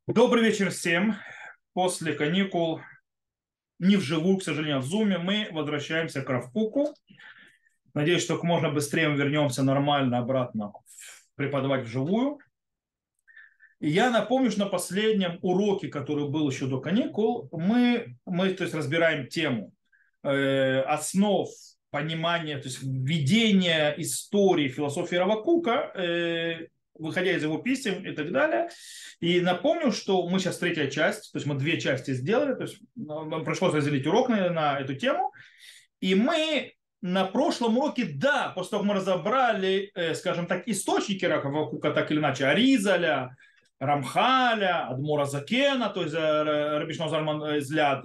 Добрый вечер всем. После каникул, не вживую, к сожалению, а в зуме, мы возвращаемся к Равкуку. Надеюсь, что как можно быстрее мы вернемся нормально обратно преподавать вживую. И я напомню, что на последнем уроке, который был еще до каникул, мы то есть, разбираем тему основ понимания, то есть введения истории, философии Равакука, выходя из его писем и так далее. И напомню, что мы сейчас третья часть, то есть мы две части сделали, то есть нам пришлось разделить урок на эту тему. И мы на прошлом уроке, да, после того, как мы разобрали, скажем так, источники Равакука, так или иначе, Аризаля, Рамхаля, Адмора Закена, то есть Рабишна Зальман Изляд,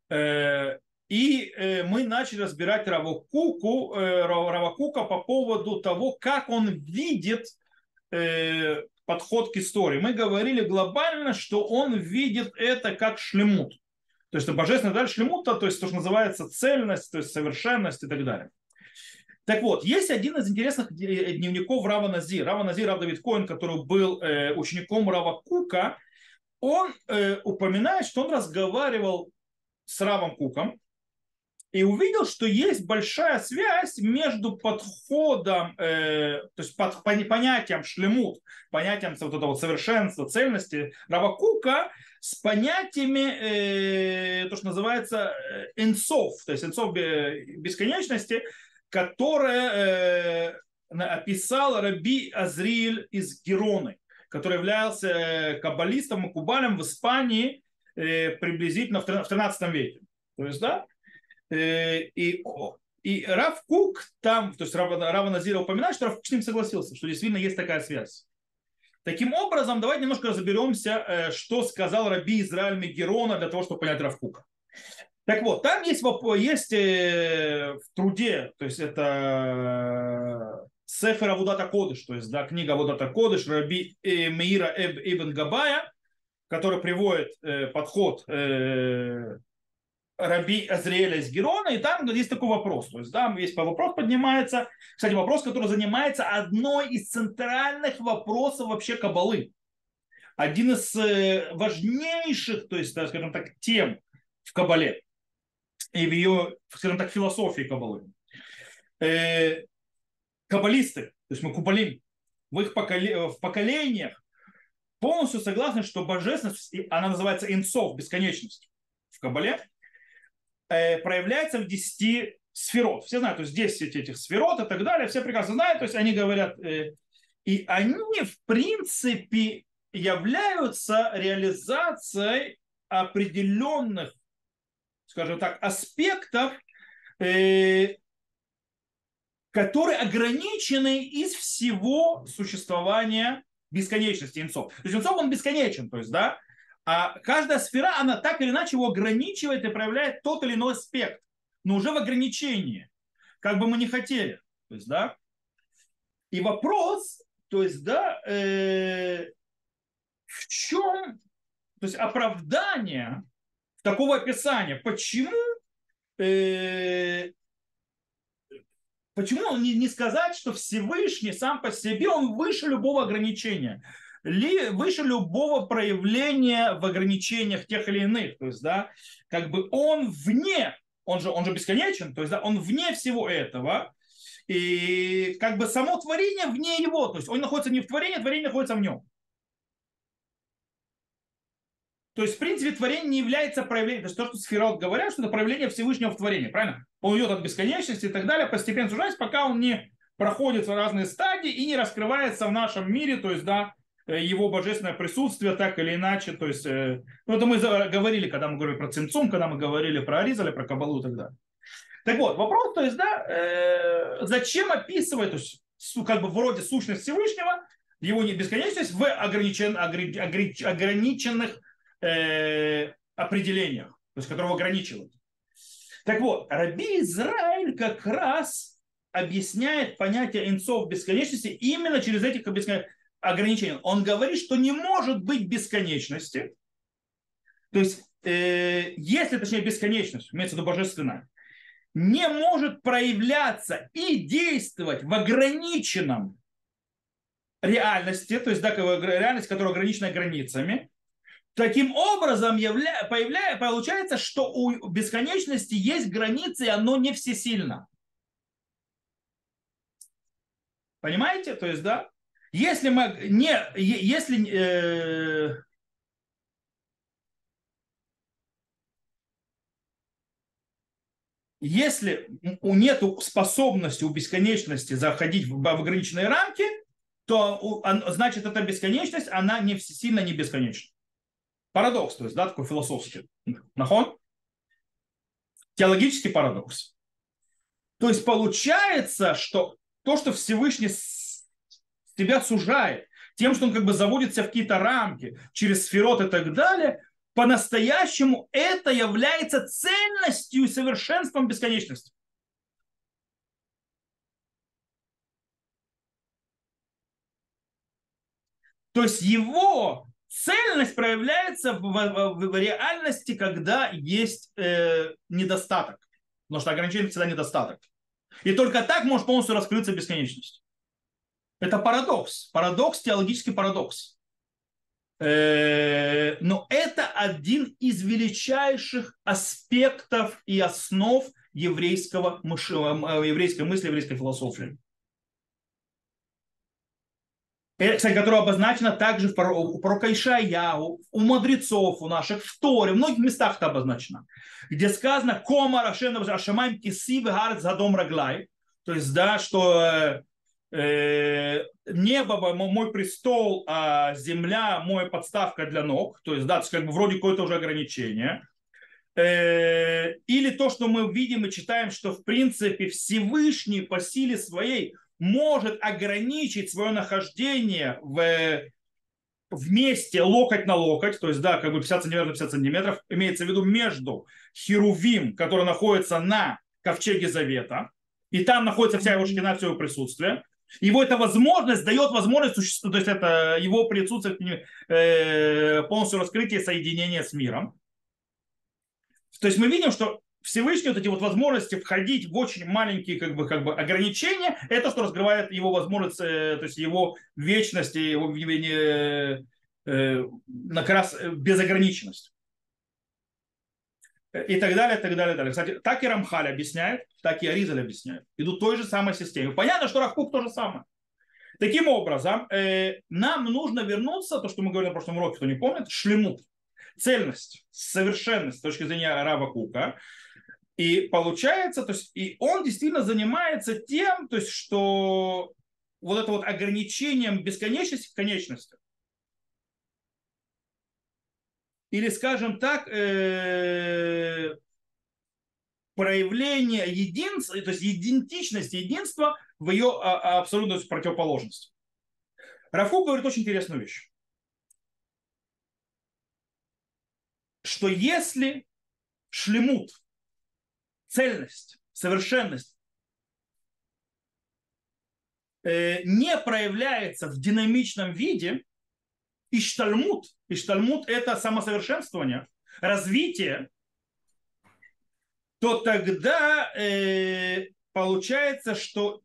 и мы начали разбирать Равакука по поводу того, как он видит подход к истории. Мы говорили глобально, что он видит это как шлемут. То есть божественная даль шлемута, то есть то, что называется цельность, то есть совершенность и так далее. Так вот, есть один из интересных дневников Рава Назир. Рава Назир, Рав Давид Коэн, который был учеником Рава Кука, он упоминает, что он разговаривал с Равом Куком и увидел, что есть большая связь между подходом, то есть понятием шлемут, понятием вот этого совершенства, цельности Рава Кука с понятиями, то, что называется энсов, то есть энсов бесконечности, которое описал Раби Азриэль из Героны, который являлся каббалистом и кубалем в Испании приблизительно в 13 веке. То есть, да, и Рав Кук там, то есть Рава Назира упоминает, что Рав Кук с ним согласился, что действительно есть такая связь. Таким образом, давайте немножко разберемся, что сказал Раби Израиль Мегерона для того, чтобы понять Рав Кука. Так вот, там есть в труде, то есть это Сефер Авудата Кодыш, то есть да, книга Авудата Кодыш Раби Меира Ибн Габая, который приводит подход Раби Азриэля из Герона, и там есть такой вопрос. То есть там есть вопрос поднимается, кстати, вопрос, который занимается одной из центральных вопросов вообще Каббалы. Один из важнейших, то есть, скажем так, тем в Каббале и в ее, скажем так, философии Каббалы. Каббалисты, то есть мы кубалим, в их поколениях полностью согласны, что божественность, она называется инсов, бесконечность в Каббале, проявляется в 10 сферот. Все знают, то есть 10 этих сферот и так далее, все прекрасно знают, то есть они говорят, и они в принципе являются реализацией определенных, скажем так, аспектов, которые ограничены из всего существования бесконечности инцов. То есть инцов он бесконечен, то есть, да, а каждая сфера, она так или иначе его ограничивает и проявляет тот или иной аспект, но уже в ограничении, как бы мы ни хотели. То есть, да, и вопрос, то есть, да, в чем, то есть оправдание такого описания, почему не сказать, что Всевышний сам по себе, он выше любого ограничения, выше любого проявления в ограничениях тех или иных. То есть, да, как бы он вне, он же бесконечен, то есть, да, он вне всего этого, и как бы само творение вне его, то есть он находится не в творении, творение находится в нем. То есть, в принципе, творение не является проявлением. То есть, то, что сферот говорят, что это проявление Всевышнего в творении. Правильно? Он идет от бесконечности и так далее, постепенно сужаясь, пока он не проходит в разные стадии и не раскрывается в нашем мире, то есть, да, его божественное присутствие так или иначе. То есть, ну, это мы говорили, когда мы говорили про Цимцум, когда мы говорили про Аризаля, про Кабалу и так далее. Так вот, вопрос, то есть, да, зачем описывать, то есть, как бы вроде сущность Всевышнего, его бесконечность в ограниченных определениях, то есть которого ограничивают. Так вот, Раби Израиль как раз объясняет понятие инцов бесконечности именно через этих ограничений. Он говорит, что не может быть бесконечности, то есть если, точнее, бесконечность, имеется в виду божественная, не может проявляться и действовать в ограниченном реальности, то есть да, реальность, которая ограничена границами, Таким образом, получается, что у бесконечности есть границы, и оно не всесильно. Понимаете? То есть, да, если мы не, если, если нет способности у бесконечности заходить в ограниченные рамки, то значит эта бесконечность, она не всесильна, не бесконечна. Парадокс, то есть, да, такой философский. Нахон? Теологический парадокс. То есть получается, что то, что Всевышний тебя сужает, тем, что он как бы заводит себя в какие-то рамки, через сферот и так далее, по-настоящему это является цельностью и совершенством бесконечности. То есть его цельность проявляется в реальности, когда есть недостаток. Потому что ограничение всегда недостаток. И только так может полностью раскрыться бесконечность. Это парадокс. Парадокс, теологический парадокс. Но это один из величайших аспектов и основ еврейской мысли, еврейской философии. Кстати, которая обозначена также у пророка Ишаяу, у мудрецов, у наших, в Торе, в многих местах это обозначено, где сказано «Кома рашена ашамаем киси вегарец гадом раглай», то есть, да, что небо мой престол, а земля моя подставка для ног, то есть, да, то есть, как бы вроде какое-то уже ограничение. Или то, что мы видим и читаем, что в принципе Всевышний по силе своей может ограничить свое нахождение вместе локоть на локоть, то есть, да, как бы 50 сантиметров на 50 сантиметров, имеется в виду между Херувим, который находится на ковчеге Завета, и там находится вся его шкина, все его присутствие. Его эта возможность дает возможность существовать, то есть это его присутствие, полностью раскрытие соединения с миром. То есть мы видим, что Всевышний вот эти вот возможности входить в очень маленькие как бы ограничения, это что раскрывает его возможность, то есть его вечность, его как раз безограниченность. И так далее, так далее, так далее. Кстати, так и Рамхаль объясняет, так и Аризаль объясняет. Идут той же самой системе. Понятно, что Рав Кук то же самое. Таким образом, нам нужно вернуться, то, что мы говорили на прошлом уроке, кто не помнит, шлемут, цельность, совершенность с точки зрения Рава Кука. И получается, то есть, и он действительно занимается тем, то есть, что вот это вот ограничением бесконечности в конечности. Или, скажем так, проявление единства, то есть идентичности единства в ее абсолютной противоположности. Рафу говорит очень интересную вещь, что если шлемут, цельность, совершенность не проявляется в динамичном виде, иштальмут это самосовершенствование, развитие, то тогда получается, что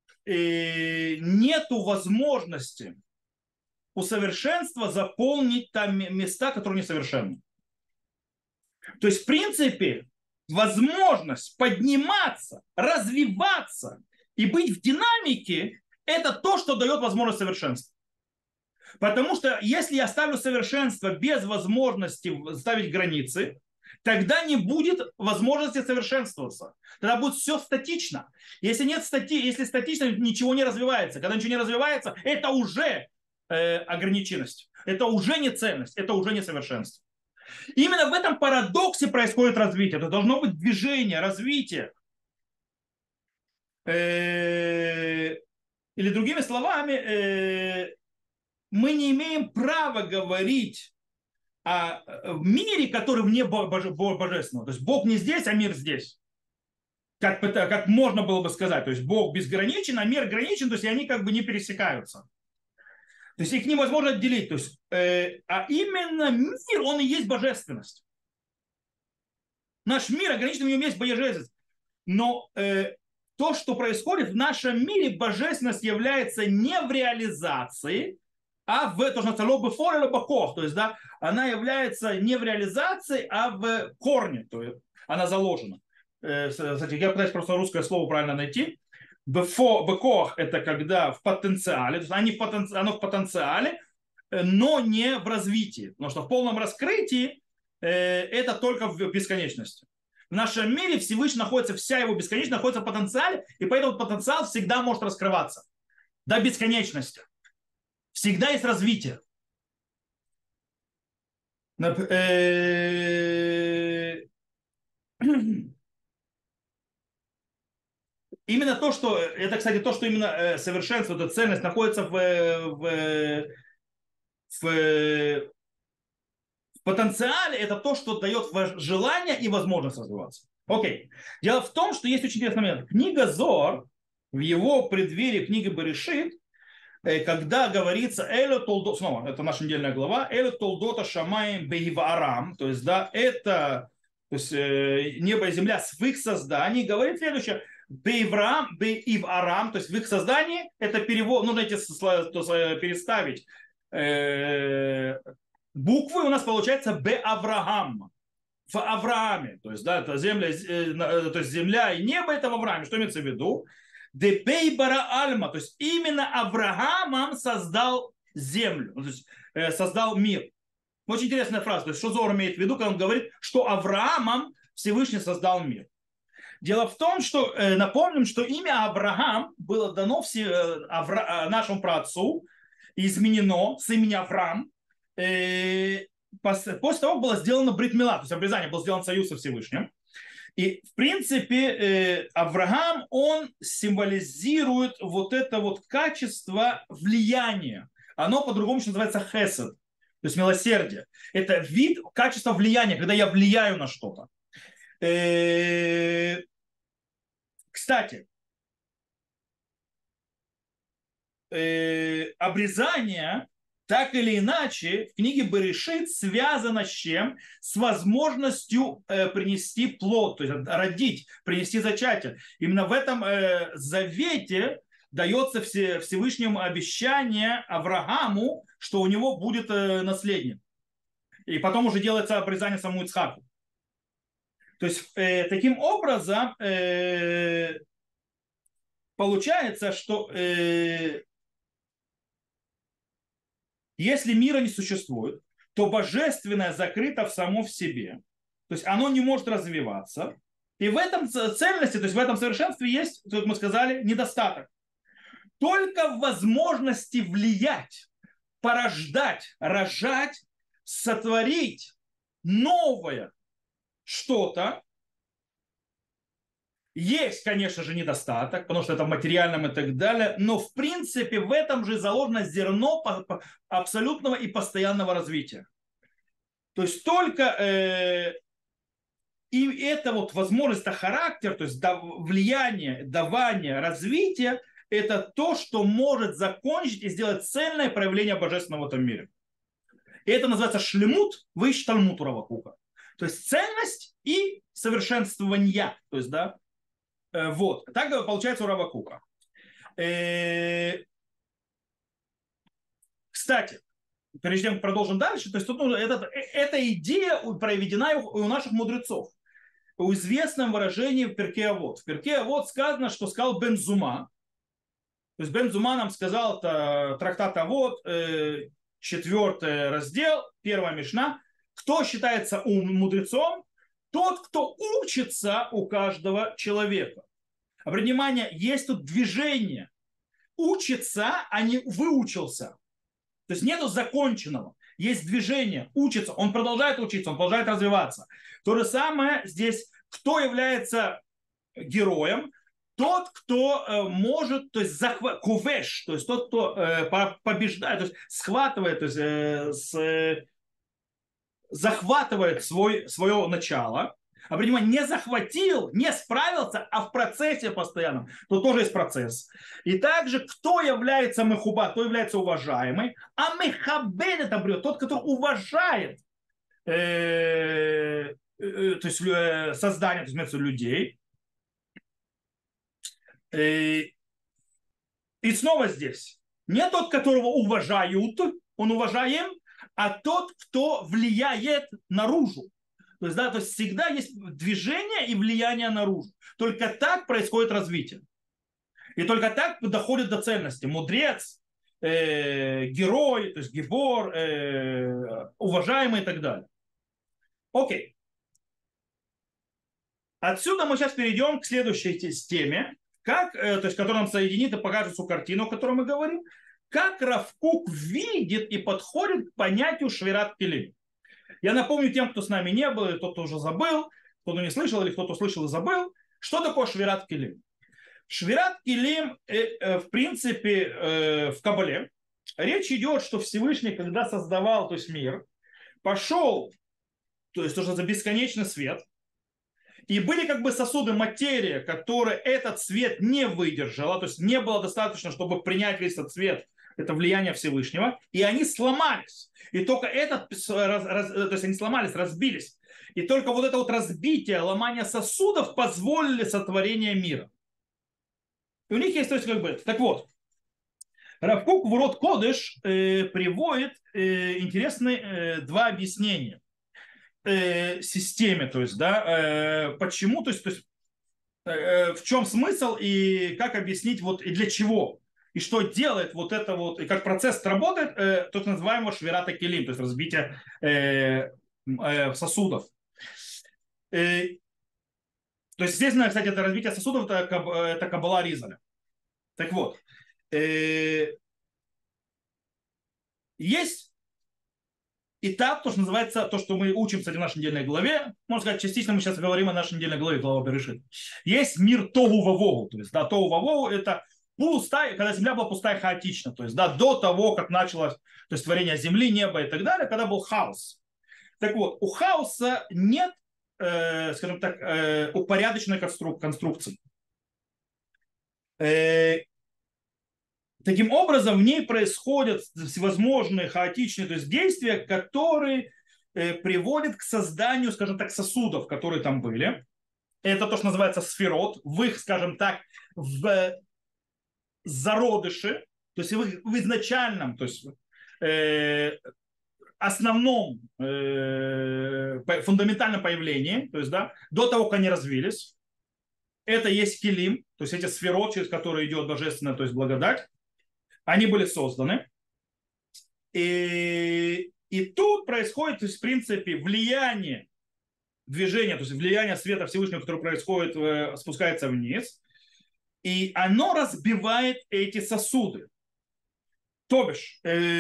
нету возможности усовершенства заполнить там места, которые несовершенны. То есть, в принципе, возможность подниматься, развиваться и быть в динамике – это то, что дает возможность совершенства. Потому что если я ставлю совершенство без возможности ставить границы, тогда не будет возможности совершенствоваться. Тогда будет все статично. Если нет если статично, ничего не развивается. Когда ничего не развивается, это уже ограниченность. Это уже не ценность, это уже не совершенство. Именно в этом парадоксе происходит развитие. Это должно быть движение, развитие. Или другими словами, мы не имеем права говорить о мире, который вне божественного. То есть Бог не здесь, а мир здесь. Как можно было бы сказать. То есть Бог безграничен, а мир ограничен, то есть они как бы не пересекаются. То есть их невозможно отделить. То есть, а именно мир, он и есть божественность. Наш мир ограничен, в нем есть божественность. Но то, что происходит в нашем мире, божественность является не в реализации, а в тоже нацело бефор или бакох, то есть, да, она является не в реализации, а в корне, то есть она заложена. Кстати, я пытаюсь просто русское слово правильно найти. Бекох – это когда в потенциале, то есть оно в потенциале, но не в развитии. Потому что в полном раскрытии это только в бесконечности. В нашем мире Всевышний находится, вся его бесконечность находится в потенциале, и поэтому потенциал всегда может раскрываться до бесконечности. Всегда есть развитие. Именно то, что это, кстати, то, что именно совершенство, эта ценность находится в потенциале, это то, что дает желание и возможность развиваться. Окей. Дело в том, что есть очень интересный момент. Книга Зор, в его преддверии книги Берешит, когда говорится Элю Толдот, снова, это наша недельная глава, Элю Толдота Шамаем Бейварам, то есть, да, это то есть, небо и земля с их созданий, говорит следующее, Бейврам, Бейварам, то есть в их создании, это перевод, нужно эти переставить. Буквы у нас получается Б Авраам. В Аврааме, то есть, да, это земля, то есть земля и небо это в Аврааме. Что имеется в виду? Дебейбара Альма, то есть именно Авраамом создал землю, то есть создал мир. Очень интересная фраза. То есть, что Зор имеет в виду, когда он говорит, что Авраамом Всевышний создал мир. Дело в том, что напомним, что имя Авраам было дано нашему праотцу, изменено с имени Авраам, после того, как было сделано брит мила, то есть обрезание, был сделан союз со Всевышним. И, в принципе, Авраам, он символизирует вот это вот качество влияния. Оно по-другому еще называется хесед, то есть милосердие. Это вид качества влияния, когда я влияю на что-то. Кстати, обрезание так или иначе в книге Берешит связано с чем? С возможностью принести плод, то есть родить, принести зачатие. Именно в этом завете дается Всевышнему обещание Аврааму, что у него будет наследник. И потом уже делается обрезание самому Ицхаку. То есть таким образом получается, что если мира не существует, то божественное закрыто в само в себе. То есть оно не может развиваться. И в этом цельности, то есть в этом совершенстве есть, как мы сказали, недостаток. Только в возможности влиять, порождать, рожать, сотворить новое что-то. Есть, конечно же, недостаток, потому что это в материальном и так далее, но в принципе в этом же заложено зерно абсолютного и постоянного развития. То есть только и это вот возможность, это характер, то есть влияние, давание, развитие, это то, что может закончить и сделать цельное проявление божественного в этом мире. И это называется шлемут, выше талмуд у Равакука. То есть цельность и совершенствование. То есть, да, вот. Так получается у Равакука. Кстати, прежде чем продолжим дальше, то есть тут эта идея проведена у наших мудрецов. По известном выражении в Перке Авот. В Перке Авот сказано, что сказал Бен Зума. То есть Бен Зума нам сказал, это трактат Авот, 4 раздел, 1 мишна. Кто считается мудрецом? Тот, кто учится у каждого человека. Обратите внимание, есть тут движение. Учится, а не выучился. То есть нету законченного. Есть движение, учится, он продолжает учиться, он продолжает развиваться. То же самое здесь, кто является героем? Тот, кто может, то есть кувеш, то есть тот, кто побеждает, то есть схватывает, то есть захватывает свое начало, а понимание, не захватил, не справился, а в процессе постоянном, то тоже есть процесс. И также, кто является мехуба, кто является уважаемый, а мехабед это брет, тот, который уважает то есть создание, то есть людей. И снова здесь. Не тот, которого уважают, он уважаем, а тот, кто влияет наружу. То есть, да, то есть всегда есть движение и влияние наружу. Только так происходит развитие. И только так доходит до ценности. Мудрец, герой, то есть гибор, уважаемый и так далее. Окей. Отсюда мы сейчас перейдем к следующей теме, как, то есть, которая нам соединит и покажет всю картину, о которой мы говорим, как Рав Кук видит и подходит к понятию швират келим. Я напомню тем, кто с нами не был, или тот, кто уже забыл, кто-то не слышал, или кто-то слышал и забыл, что такое швират келим. Швират келим, в принципе, в Кабале, речь идет, что Всевышний, когда создавал, то есть мир, пошел, то есть уже за бесконечный свет, и были как бы сосуды, материя, которые этот свет не выдержала, то есть не было достаточно, чтобы принять весь этот свет, это влияние Всевышнего, и они сломались. И только этот, то есть они сломались, разбились. И только вот это вот разбитие, ломание сосудов позволили сотворение мира. И у них есть, то есть как бы, так вот, Рав Кук в Урот Кодеш приводит интересные два объяснения системе, то есть, да, почему, то есть в чем смысл и как объяснить вот и для чего, и что делает вот это вот, и как процесс работает, то называемого швирата келим, то есть разбитие сосудов. То есть, естественно, кстати, это разбитие сосудов, это каббала Ризаля. Так вот, есть этап, то, что называется, то, что мы учим, кстати, в нашей недельной главе, можно сказать, частично мы сейчас говорим о нашей недельной главе, глава Берешит. Есть мир Тогу Вавогу, то есть, да, Тогу Вавогу это пустая, когда земля была пустая и хаотична, то есть, да, до того, как началось, то есть, творение земли, неба и так далее, когда был хаос. Так вот, у хаоса нет, скажем так, упорядоченной конструкции. Таким образом, в ней происходят всевозможные хаотичные, то есть действия, которые приводят к созданию, скажем так, сосудов, которые там были. Это то, что называется сферот, в их, скажем так, в зародыше, то есть в изначальном, то есть основном фундаментальном появлении, то есть, да, до того, как они развились. Это есть килим, то есть эти сферот, через которые идет божественная, то есть благодать. Они были созданы. И тут происходит, то есть, в принципе, влияние движения, то есть влияние света Всевышнего, которое происходит, спускается вниз, и оно разбивает эти сосуды. То бишь,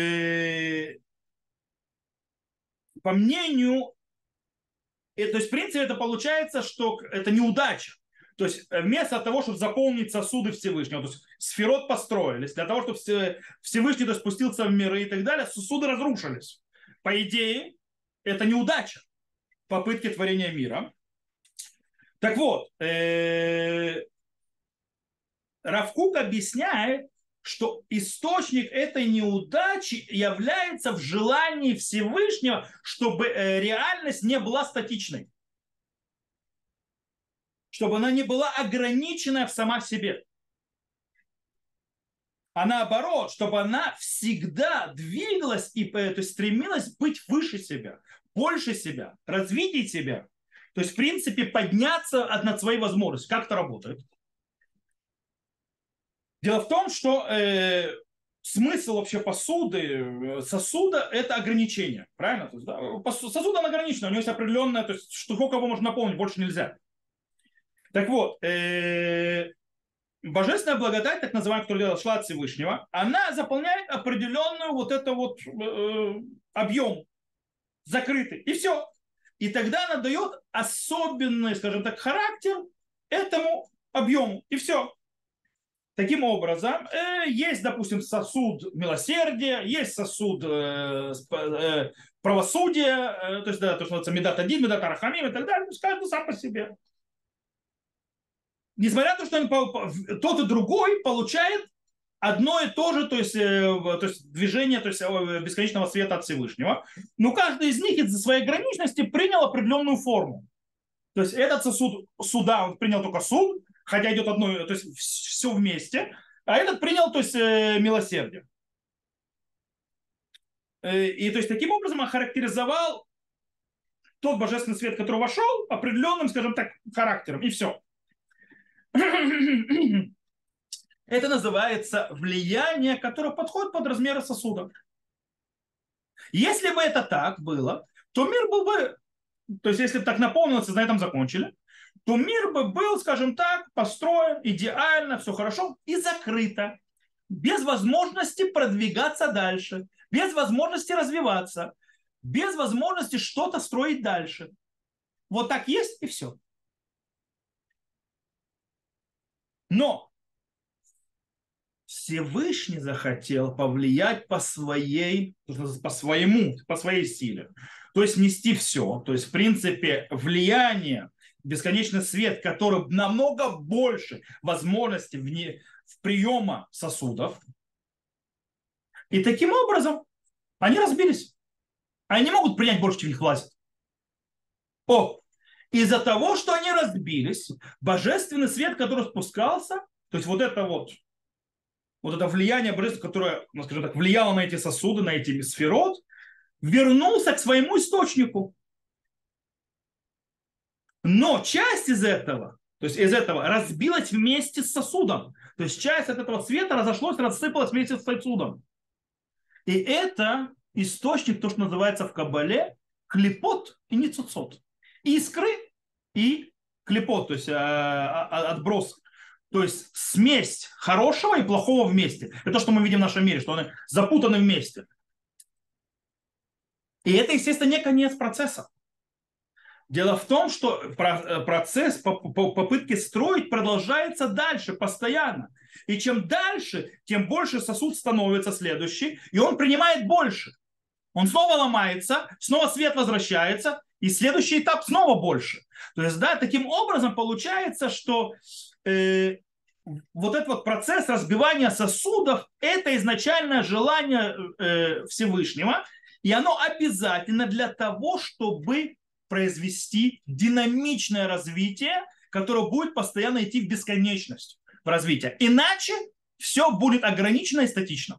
по мнению, то есть, в принципе, это получается, что это неудача. То есть вместо того, чтобы заполнить сосуды Всевышнего, то есть сферот построились, для того, чтобы Всевышний, то есть, спустился в миры и так далее, сосуды разрушились. По идее, это неудача попытки творения мира. Так вот, Рав Кук объясняет, что источник этой неудачи является в желании Всевышнего, чтобы реальность не была статичной. Чтобы она не была ограниченная в сама себе. А наоборот, чтобы она всегда двигалась и то есть, стремилась быть выше себя, больше себя, развитие себя. То есть, в принципе, подняться над своей возможностью. Как это работает? Дело в том, что смысл вообще посуды, сосуда – это ограничение. Правильно? То есть, да, сосуд он ограничен, у него есть определенное, то есть, что сколько его можно наполнить, больше нельзя. Так вот, божественная благодать, так называемая, которая шла от Всевышнего, она заполняет определенную вот это вот объем закрытый. И все. И тогда она дает особенный, скажем так, характер этому объему. И все. Таким образом, есть, допустим, сосуд милосердия, есть сосуд правосудия, то есть, да, то, что называется медат один, медат арахамим и так далее, то есть каждый сам по себе. Несмотря на то, что тот и другой получает одно и то же, то есть движение, то есть бесконечного света от Всевышнего, но каждый из них из-за своей ограниченности принял определенную форму. То есть этот сосуд суда, он принял только суд, хотя идет одно, то есть все вместе, а этот принял, то есть милосердие. И то есть таким образом охарактеризовал тот божественный свет, который вошел, определенным, скажем так, характером. И все. Это называется влияние, которое подходит под размеры сосуда. Если бы это так было, то мир был бы, то есть если бы так наполнилось и на этом закончили, то мир бы был, скажем так, построен идеально, все хорошо и закрыто, без возможности продвигаться дальше, без возможности развиваться, без возможности что-то строить дальше. Вот так есть и все. Но Всевышний захотел повлиять по своей силе. То есть нести все. То есть, в принципе, влияние, бесконечный свет, который намного больше возможностей в приема сосудов. И таким образом они разбились. Они не могут принять больше, чем их власть. Из-за того, что они разбились, божественный свет, который спускался, то есть вот это влияние божества, которое, ну, скажем так, влияло на эти сосуды, на эти сферот, вернулся к своему источнику. Но часть из этого, то есть из этого разбилась вместе с сосудом. То есть часть от этого света разошлась, рассыпалась вместе с сосудом. И это источник, то, что называется в Кабале, клипот и ницуцот. Искры и клипот, то есть отброс. То есть смесь хорошего и плохого вместе. Это то, что мы видим в нашем мире, что они запутаны вместе. И это, естественно, не конец процесса. Дело в том, что процесс попытки строить продолжается дальше, постоянно. И чем дальше, тем больше сосуд становится следующий, и он принимает больше. Он снова ломается, снова свет возвращается, и следующий этап снова больше. То есть, да, таким образом получается, что вот этот вот процесс разбивания сосудов – это изначальное желание Всевышнего, и оно обязательно для того, чтобы произвести динамичное развитие, которое будет постоянно идти в бесконечность в развитие. Иначе все будет ограничено и статично.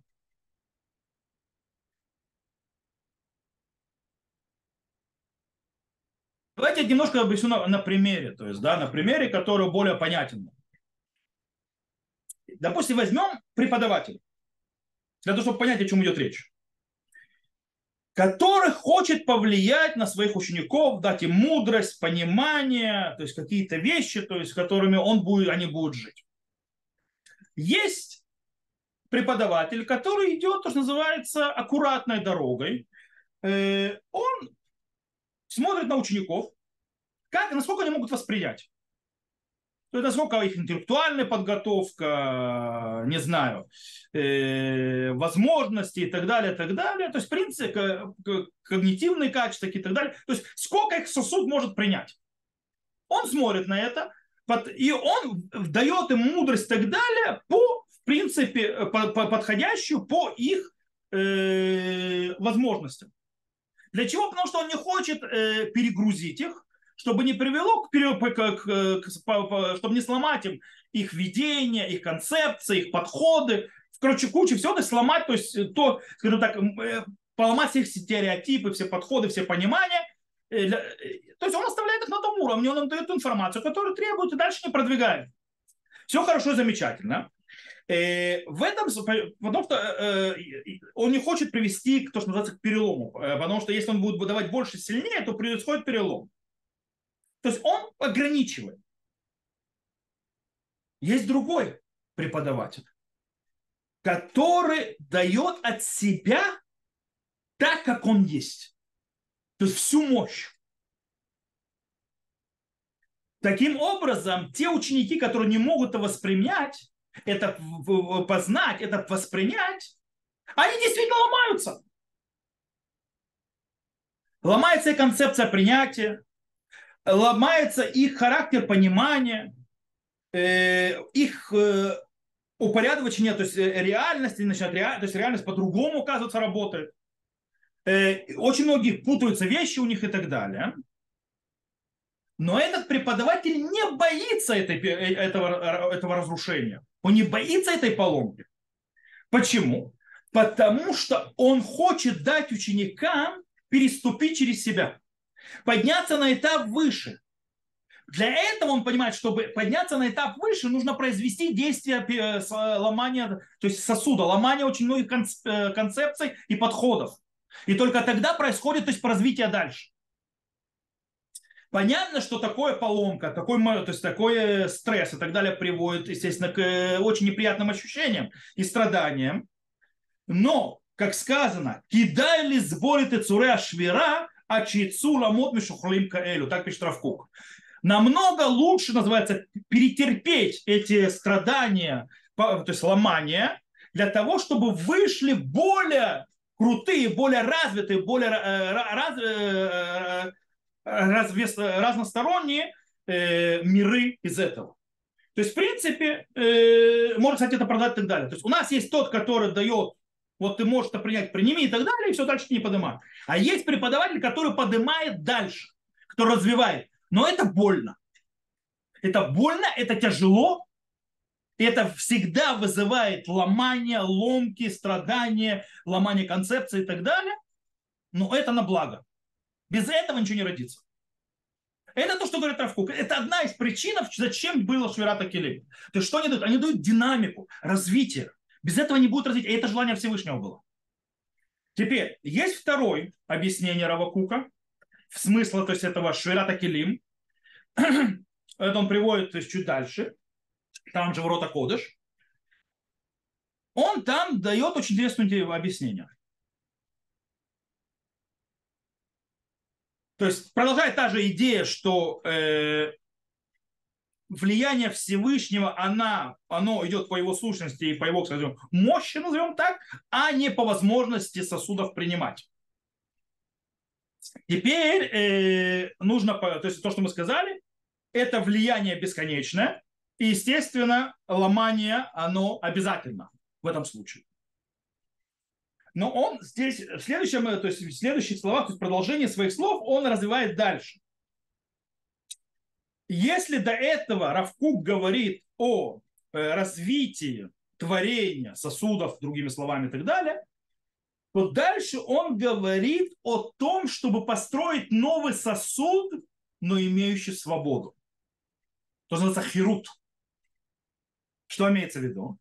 Давайте я немножко объясню на примере, то есть, да, на примере, который более понятен. Допустим, возьмем преподавателя, для того, чтобы понять, о чем идет речь, который хочет повлиять на своих учеников, дать им мудрость, понимание, то есть какие-то вещи, то есть, которыми они будут жить. Есть преподаватель, который идет, то, что называется, аккуратной дорогой. Он смотрит на учеников, насколько они могут воспринять. То есть насколько их интеллектуальная подготовка, не знаю, возможности и так далее, и так далее. То есть, в принципе, когнитивные качества и так далее. То есть, сколько их сосуд может принять. Он смотрит на это, и он дает им мудрость и так далее в принципе, подходящую по их возможностям. Для чего? Потому что он не хочет перегрузить их, чтобы не привело чтобы не сломать им их видение, их концепции, их подходы, короче, кучу всего, то есть сломать, то есть скажем так, поломать все их стереотипы, все подходы, все понимания. То есть он оставляет их на том уровне, он им дает информацию, которую требует, и дальше не продвигает. Все хорошо и замечательно. В этом, потому что он не хочет привести к то, что называется, к перелому. Потому что если он будет выдавать больше сильнее, то происходит перелом. То есть он ограничивает. Есть другой преподаватель, который дает от себя так, как он есть. То есть всю мощь. Таким образом, те ученики, которые не могут это воспринять, это познать, это воспринять, они действительно ломаются. Ломается и концепция принятия, ломается их характер понимания, их упорядочение, то есть реальность, то есть реальность по-другому, оказывается, работает. Очень многие путаются вещи у них и так далее. Но этот преподаватель не боится этого разрушения. Он не боится этой поломки. Почему? Потому что он хочет дать ученикам переступить через себя, подняться на этап выше. Для этого он понимает, чтобы подняться на этап выше, нужно произвести действие ломания, то есть сосуда, ломания очень многих концепций и подходов. И только тогда происходит, то есть развитие дальше. Понятно, что такое поломка, то есть такой стресс и так далее приводит, естественно, к очень неприятным ощущениям и страданиям. Но, как сказано, кидай ли сборы тецуре ашвира, а чицу ламот мишухлим каэлю, так пишет Рав Кук. Намного лучше, называется, перетерпеть эти страдания, то есть ломания, для того, чтобы вышли более крутые, более развитые, более разносторонние миры из этого. То есть, в принципе, можно, кстати, это продать и так далее. То есть у нас есть тот, который дает, вот ты можешь это принять, приними и так далее, и все дальше не поднимает. А есть преподаватель, который поднимает дальше, который развивает. Но это больно. Это больно, это тяжело, это всегда вызывает ломание, ломки, страдания, ломание концепции и так далее. Но это на благо. Без этого ничего не родится. Это то, что говорит Рав Кук. Это одна из причин, зачем было Швирата Келим. То есть что они дают? Они дают динамику, развитие. Без этого не будет развития. И это желание Всевышнего было. Теперь, есть второе объяснение Рава Кука, в смысле, то есть этого Швирата Келим. Это он приводит, то есть чуть дальше. Там же в Рота Кодыш. Он там дает очень интересное объяснение. То есть продолжает та же идея, что влияние Всевышнего, оно идет по его сущности и по его, скажем, мощи, назовем так, а не по возможности сосудов принимать. Теперь нужно, то есть то, что мы сказали, это влияние бесконечное, и, естественно, ломание, оно обязательно в этом случае. Но он здесь, в следующем, то есть в следующих словах, то есть продолжение своих слов, он развивает дальше. Если до этого Рав Кук говорит о развитии творения сосудов, другими словами и так далее, то дальше он говорит о том, чтобы построить новый сосуд, но имеющий свободу. То называется хирут. Что имеется в виду?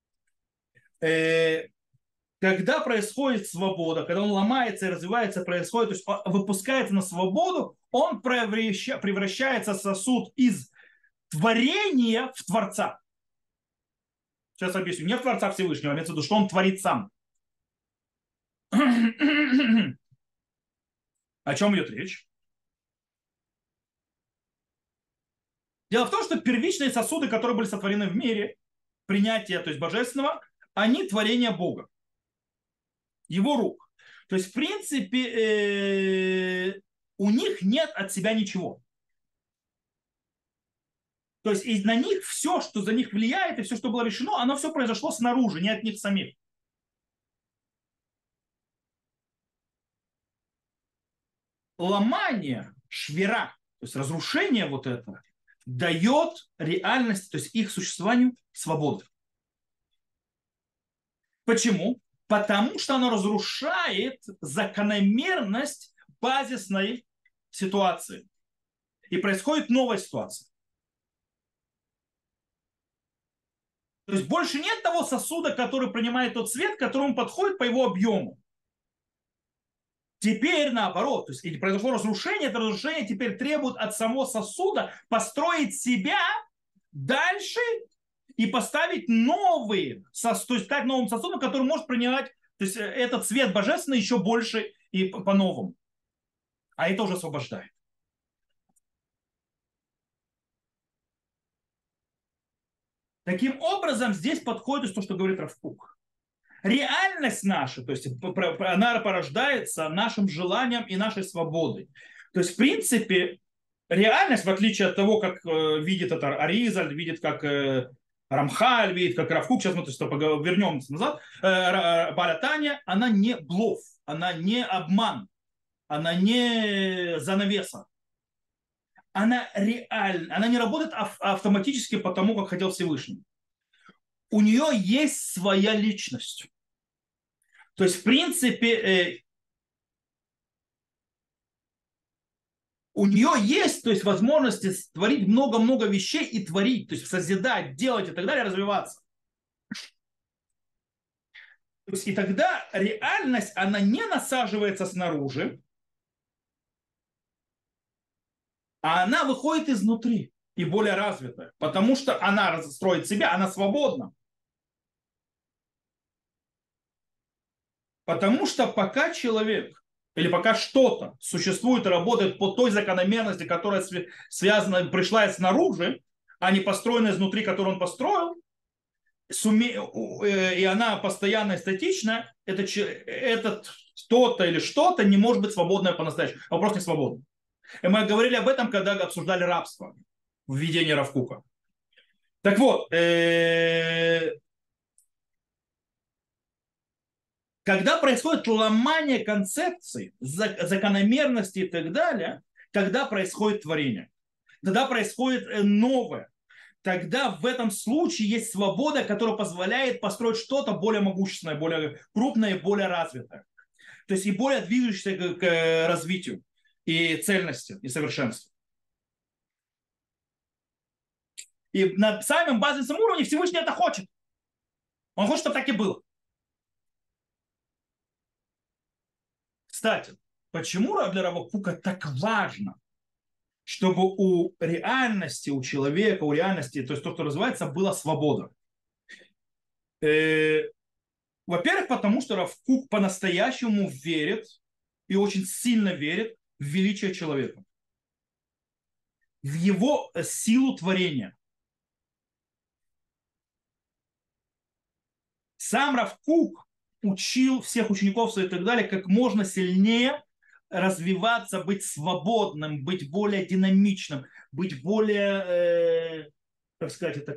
Когда происходит свобода, когда он ломается и развивается, происходит, то есть выпускается на свободу, он превращается в сосуд из творения в Творца. Сейчас объясню. Не в Творца Всевышнего, а имеется в виду, что он творит сам. О чем идет речь? Дело в том, что первичные сосуды, которые были сотворены в мире, принятие, то есть божественного, они творение Бога. Его рук. То есть, в принципе, у них нет от себя ничего. То есть и на них все, что за них влияет, и все, что было решено, оно все произошло снаружи, не от них самих. Ломание швера, то есть разрушение вот этого, дает реальность, то есть их существованию свободу. Почему? Потому что оно разрушает закономерность базисной ситуации. И происходит новая ситуация. То есть больше нет того сосуда, который принимает тот свет, к которому подходит по его объему. Теперь наоборот, то есть произошло разрушение, это разрушение теперь требует от самого сосуда построить себя дальше и поставить новые, то есть стать новым сосудом, который может принимать, то есть этот свет божественный еще больше и по-новому. А это уже освобождает. Таким образом, здесь подходит то, что говорит Рав Кук. Реальность наша, то есть она порождается нашим желанием и нашей свободой. То есть, в принципе, реальность, в отличие от того, как видит это Аризаль, видит, как Рамхаль, видит, как Рав Кук, сейчас мы вернемся назад, Баратания, она не блоф, она не обман, она не занавеса. Она реальна, она не работает автоматически по тому, как хотел Всевышний. У нее есть своя личность. То есть, в принципе, у нее есть, то есть, возможности творить много-много вещей и творить, то есть созидать, делать и так далее, развиваться. То есть, и тогда реальность, она не насаживается снаружи, а она выходит изнутри и более развитая, потому что она строит себя, она свободна. Потому что пока человек или пока что-то существует и работает по той закономерности, которая связана, пришла снаружи, а не построена изнутри, которую он построил, и она постоянно и статична, этот кто-то или что-то не может быть свободное по-настоящему. Вопрос не свободный. И мы говорили об этом, когда обсуждали рабство в введении Рав Кока. Так вот, когда происходит ломание концепций, закономерностей и так далее, тогда происходит творение. Тогда происходит новое. Тогда в этом случае есть свобода, которая позволяет построить что-то более могущественное, более крупное и более развитое. То есть и более движущееся к развитию и цельности, и совершенству. И на самом базовом уровне Всевышний это хочет. Он хочет, чтобы так и было. Кстати, почему для Рава Кока так важно, чтобы у реальности, у человека, у реальности, то есть то, что развивается, была свобода? Во-первых, потому что Рав Кук по-настоящему верит и очень сильно верит в величие человека, в его силу творения. Сам Рав Кук учил всех учеников и так далее, как можно сильнее развиваться, быть свободным, быть более динамичным, быть более, как сказать, это,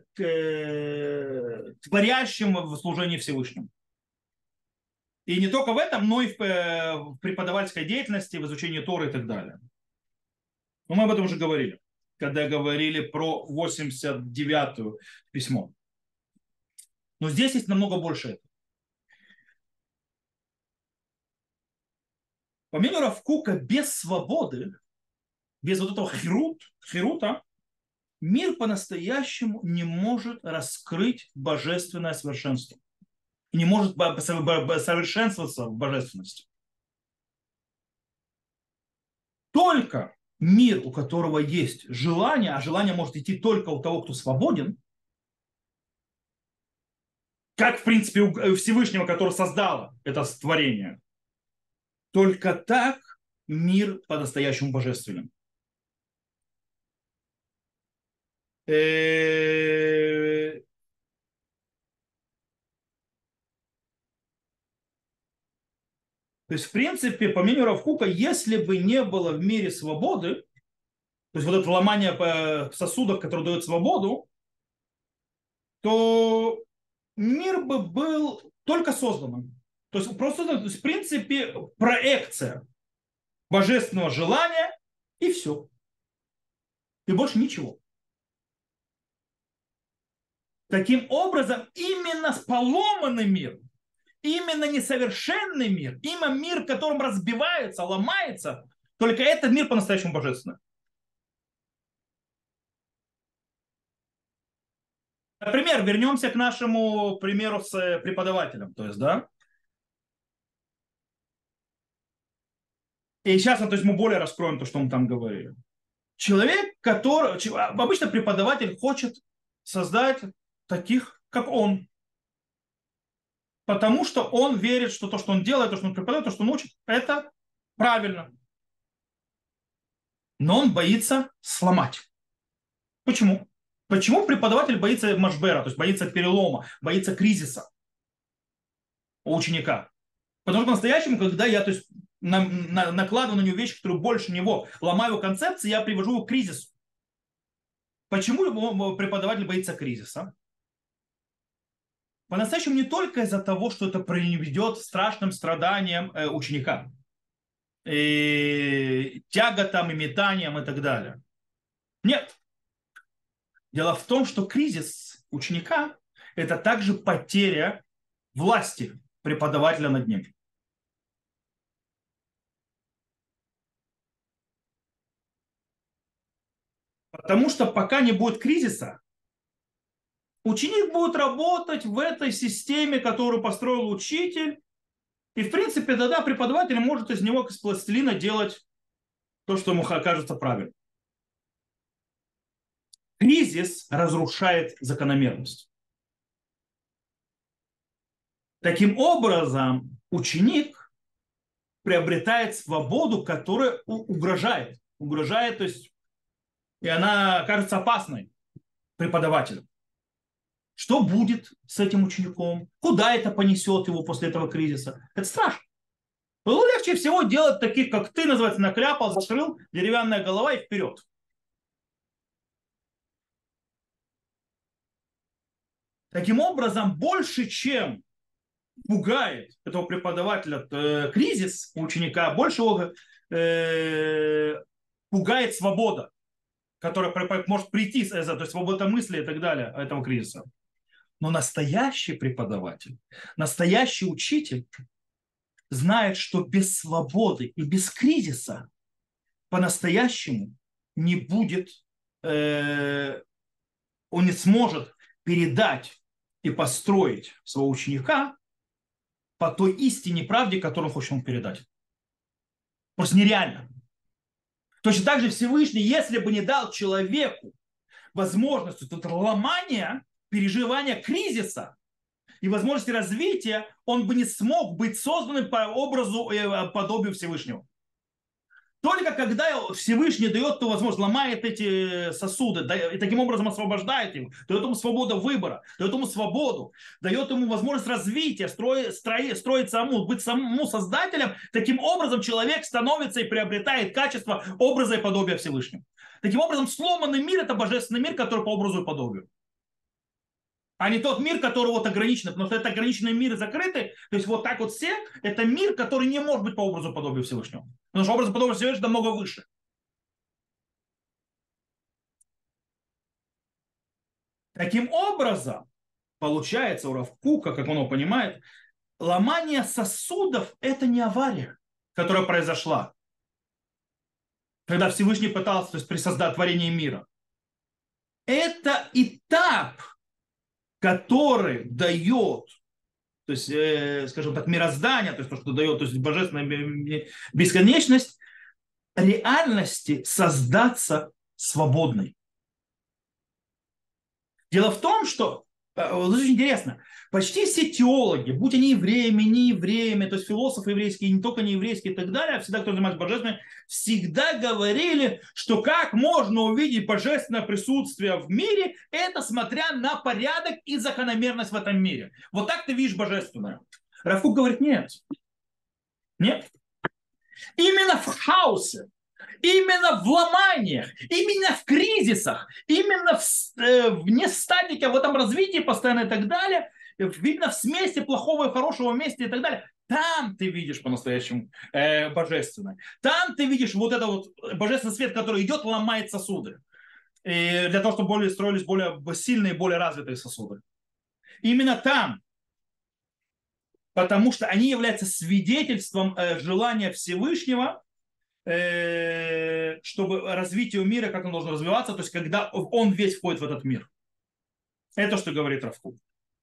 творящим в служении Всевышнему. И не только в этом, но и в преподавательской деятельности, в изучении Торы и так далее. Но мы об этом уже говорили, когда говорили про 89-ю письмо. Но здесь есть намного больше этого. По мнению Рав Кока, без свободы, без вот этого хирута, мир по-настоящему не может раскрыть божественное совершенство. Не может совершенствоваться в божественности. Только мир, у которого есть желание, а желание может идти только у того, кто свободен, как, в принципе, у Всевышнего, который создал это творение, только так мир по-настоящему божественен. То есть, в принципе, по мнению Рав Кока, если бы не было в мире свободы, то есть вот это ломание сосудов, которое дает свободу, то мир бы был только созданным. То есть просто, то есть, в принципе, проекция божественного желания и все. И больше ничего. Таким образом, именно поломанный мир, именно несовершенный мир, именно мир, в котором разбивается, ломается, только этот мир по-настоящему божественный. Например, вернемся к нашему примеру с преподавателем. То есть, да, и сейчас, то есть, мы более раскроем то, что мы там говорили. Человек, который... Обычно преподаватель хочет создать таких, как он. Потому что он верит, что то, что он делает, то, что он преподает, то, что он учит, это правильно. Но он боится сломать. Почему? Почему преподаватель боится машбера, то есть боится перелома, боится кризиса у ученика? Потому что по-настоящему, когда я, то есть, накладываю на него вещи, которые больше него, ломаю его концепции, я привожу его к кризису. Почему преподаватель боится кризиса? По-настоящему не только из-за того, что это приведет к страшным страданиям ученика, и тяготам, и метаниям и так далее. Нет. Дело в том, что кризис ученика – это также потеря власти преподавателя над ним. Потому что пока не будет кризиса, ученик будет работать в этой системе, которую построил учитель, и, в принципе, тогда преподаватель может из него из пластилина делать то, что ему кажется правильным. Кризис разрушает закономерность. Таким образом, ученик приобретает свободу, которая угрожает. Угрожает, то есть, и она кажется опасной преподавателю. Что будет с этим учеником? Куда это понесет его после этого кризиса? Это страшно. Было легче всего делать таких, как ты, называется, накляпал, закрыл, деревянная голова и вперед. Таким образом, больше, чем пугает этого преподавателя кризис у ученика, больше его пугает свобода, которая может прийти, то есть свобода мысли и так далее этого кризиса. Но настоящий преподаватель, настоящий учитель знает, что без свободы и без кризиса по-настоящему не будет, он не сможет передать и построить своего ученика по той истине, правде, которую он хочет ему передать. Просто нереально. Точно так же Всевышний, если бы не дал человеку возможность ломания, переживания кризиса и возможности развития, он бы не смог быть созданным по образу и подобию Всевышнего. Только когда Всевышний дает ту возможность, ломает эти сосуды, и таким образом освобождает его, дает ему свободу выбора, дает ему свободу, дает ему возможность развития, строить саму, быть самому создателем, таким образом человек становится и приобретает качество образа и подобия Всевышнего. Таким образом, сломанный мир – это божественный мир, который по образу и подобию. А не тот мир, который вот ограничен, потому что это ограниченный мир и закрытый, то есть вот так вот все, это мир, который не может быть по образу и подобию Всевышнего. Потому что образ и подобие Всевышнего намного выше. Таким образом, получается у Рав Кука, как он его понимает, ломание сосудов – это не авария, которая произошла, когда Всевышний пытался, то есть, при создании творения мира. Это этап, который дает, то есть, скажем так, мироздание, то есть то, что дает, то есть божественная бесконечность, реальности создаться свободной. Дело в том, что, вот очень интересно, почти все теологи, будь они евреями, не евреями, то есть философы еврейские, не только не еврейские и так далее, а всегда, кто занимается божественным, всегда говорили, что как можно увидеть божественное присутствие в мире, это смотря на порядок и закономерность в этом мире. Вот так ты видишь божественное. Рав Кук говорит, нет. Нет. Именно в хаосе, именно в ломаниях, именно в кризисах, именно в нестатике, в этом развитии постоянно и так далее, именно в смеси плохого и хорошего вместе и так далее, там ты видишь по-настоящему божественное. Там ты видишь вот этот вот божественный свет, который идет, ломает сосуды. И для того, чтобы строились более сильные, более развитые сосуды. Именно там. Потому что они являются свидетельством желания Всевышнего, чтобы развитие мира, как он должен развиваться, то есть когда он весь входит в этот мир. Это что говорит Рав Кук.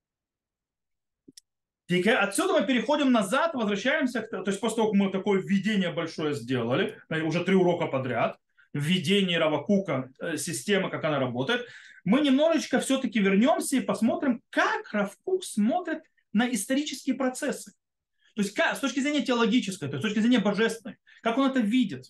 Отсюда мы переходим назад, возвращаемся, то есть после того, как мы такое введение большое сделали, уже 3 урока подряд, введение Рава Кука, системы, как она работает, мы немножечко все-таки вернемся и посмотрим, как Рав Кук смотрит на исторические процессы. То есть с точки зрения теологической, то есть с точки зрения божественной, как он это видит.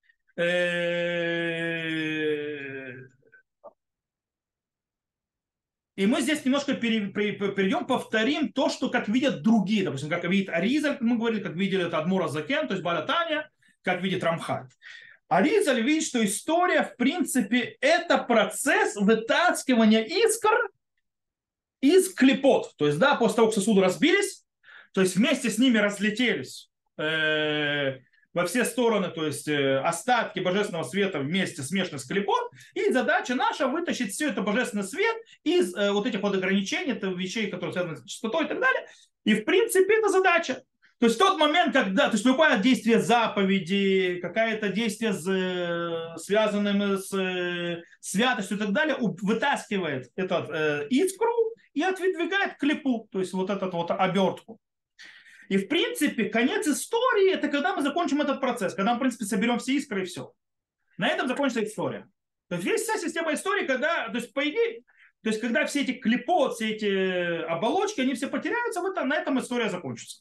И мы здесь немножко перейдем, повторим то, что как видят другие. Допустим, как видит Аризаль, как мы говорили, как видели это Адмор Азакен, то есть Бааля Таня, как видит Рамхаль. Аризаль видит, что история, в принципе, это процесс вытаскивания искр из клепот. То есть, да, после того, как сосуды разбились, то есть вместе с ними разлетелись во все стороны, то есть остатки божественного света вместе смешаны с клипот, и задача наша вытащить все это божественный свет из вот этих вот ограничений, это вещей, которые связаны с чистотой и так далее. И в принципе это задача. То есть в тот момент, когда, то есть любое действие заповеди, какое-то действие, связанное с святостью и так далее, вытаскивает этот искру и отодвигает клипу, то есть вот эту вот обертку. И, в принципе, конец истории – это когда мы закончим этот процесс, когда мы, в принципе, соберем все искры и все. На этом закончится история. То есть вся система истории, когда, то есть, по идее, то есть, когда все эти клипот, все эти оболочки, они все потеряются, на этом история закончится.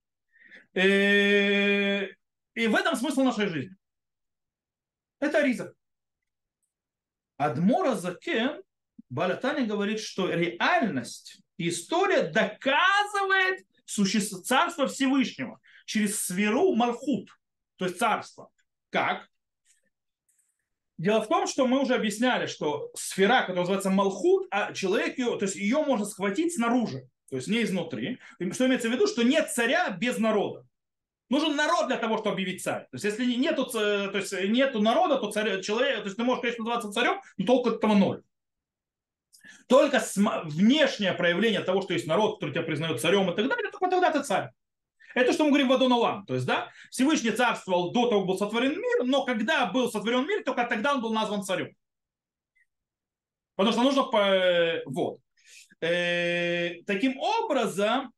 И в этом смысл нашей жизни. Это Ариза. Адмор ха-Закен, Бааль ха-Тanya говорит, что реальность и история доказывает царство Всевышнего через сферу Малхут, то есть царство. Как? Дело в том, что мы уже объясняли, что сфера, которая называется Малхут, а человек ее, то есть ее можно схватить снаружи, то есть не изнутри. Что имеется в виду, что нет царя без народа. Нужен народ для того, чтобы объявить царь. То есть если нету народа, то человек, то есть ты можешь, конечно, называться царем, но толку от этого ноль. Только внешнее проявление того, что есть народ, который тебя признает царем и так далее, только тогда ты царь. Это что мы говорим в Адон Олам. То есть, да, Всевышний царствовал до того, как был сотворен мир, но когда был сотворен мир, только тогда он был назван царем. Потому что нужно... Вот. Таким образом,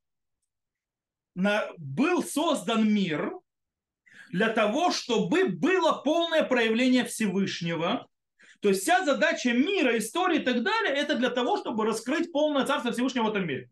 был создан мир для того, чтобы было полное проявление Всевышнего. То есть вся задача мира, истории и так далее, это для того, чтобы раскрыть полное царство Всевышнего в этом мире.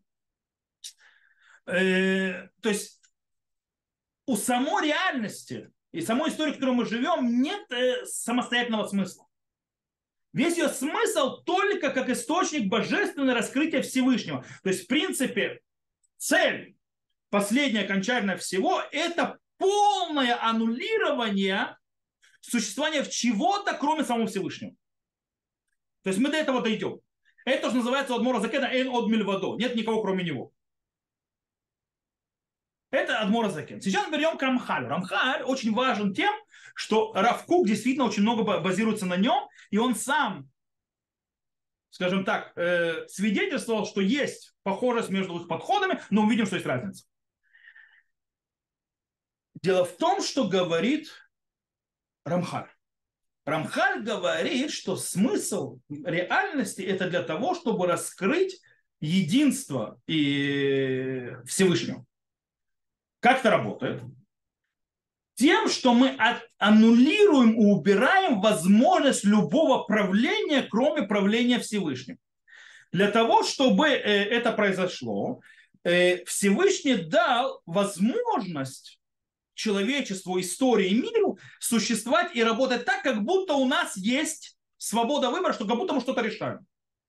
То есть у самой реальности и самой истории, в которой мы живем, нет самостоятельного смысла. Весь ее смысл только как источник божественного раскрытия Всевышнего. То есть, в принципе, цель, последняя, окончательная всего, это полное аннулирование существования чего-то, кроме самого Всевышнего. То есть мы до этого дойдем. Это тоже называется Адмор ха-Закена эйн од мильвадо. Нет никого, кроме него. Это Адмор ха-Закен. Сейчас мы берем к Рамхалю. Рамхаль очень важен тем, что Рав Кук действительно очень много базируется на нем, и он сам, скажем так, свидетельствовал, что есть похожесть между их подходами, но мы видим, что есть разница. Дело в том, что говорит Рамхаль. Рамхаль говорит, что смысл реальности это для того, чтобы раскрыть единство и Всевышнего. Как это работает? Тем, что мы аннулируем и убираем возможность любого правления, кроме правления Всевышнего. Для того, чтобы это произошло, Всевышний дал возможность человечеству, истории и миру существовать и работать так, как будто у нас есть свобода выбора, что как будто мы что-то решаем.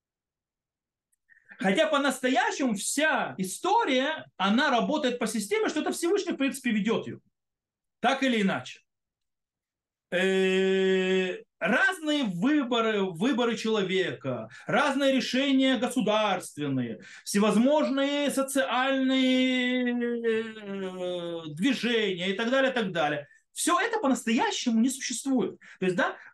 Хотя по-настоящему вся история, она работает по системе, что это Всевышний, в принципе, ведет ее. Так или иначе. Разные выборы человека, разные решения государственные, всевозможные социальные движения и так далее, и так далее. Все это по-настоящему не существует. То есть, да,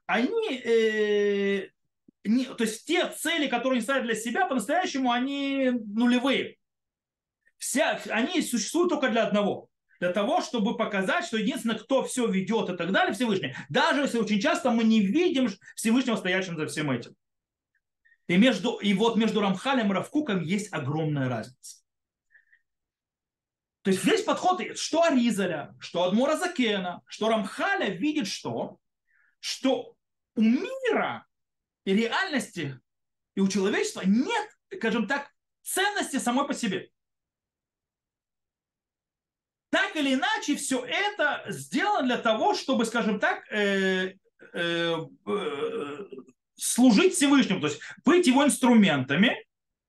то есть те цели, которые они ставят для себя, по-настоящему они нулевые. Они существуют только для одного. Для того, чтобы показать, что единственное, кто все ведет и так далее, Всевышний. Даже если очень часто мы не видим Всевышнего стоящим за всем этим. И вот между Рамхалем и Рав Куком есть огромная разница. То есть весь подход, что Аризаля, что Адмора ха-Закена, что Рамхаля видит что у мира и реальности, и у человечества нет, скажем так, ценности самой по себе. Так или иначе, все это сделано для того, чтобы, скажем так, служить Всевышнему, то есть быть его инструментами.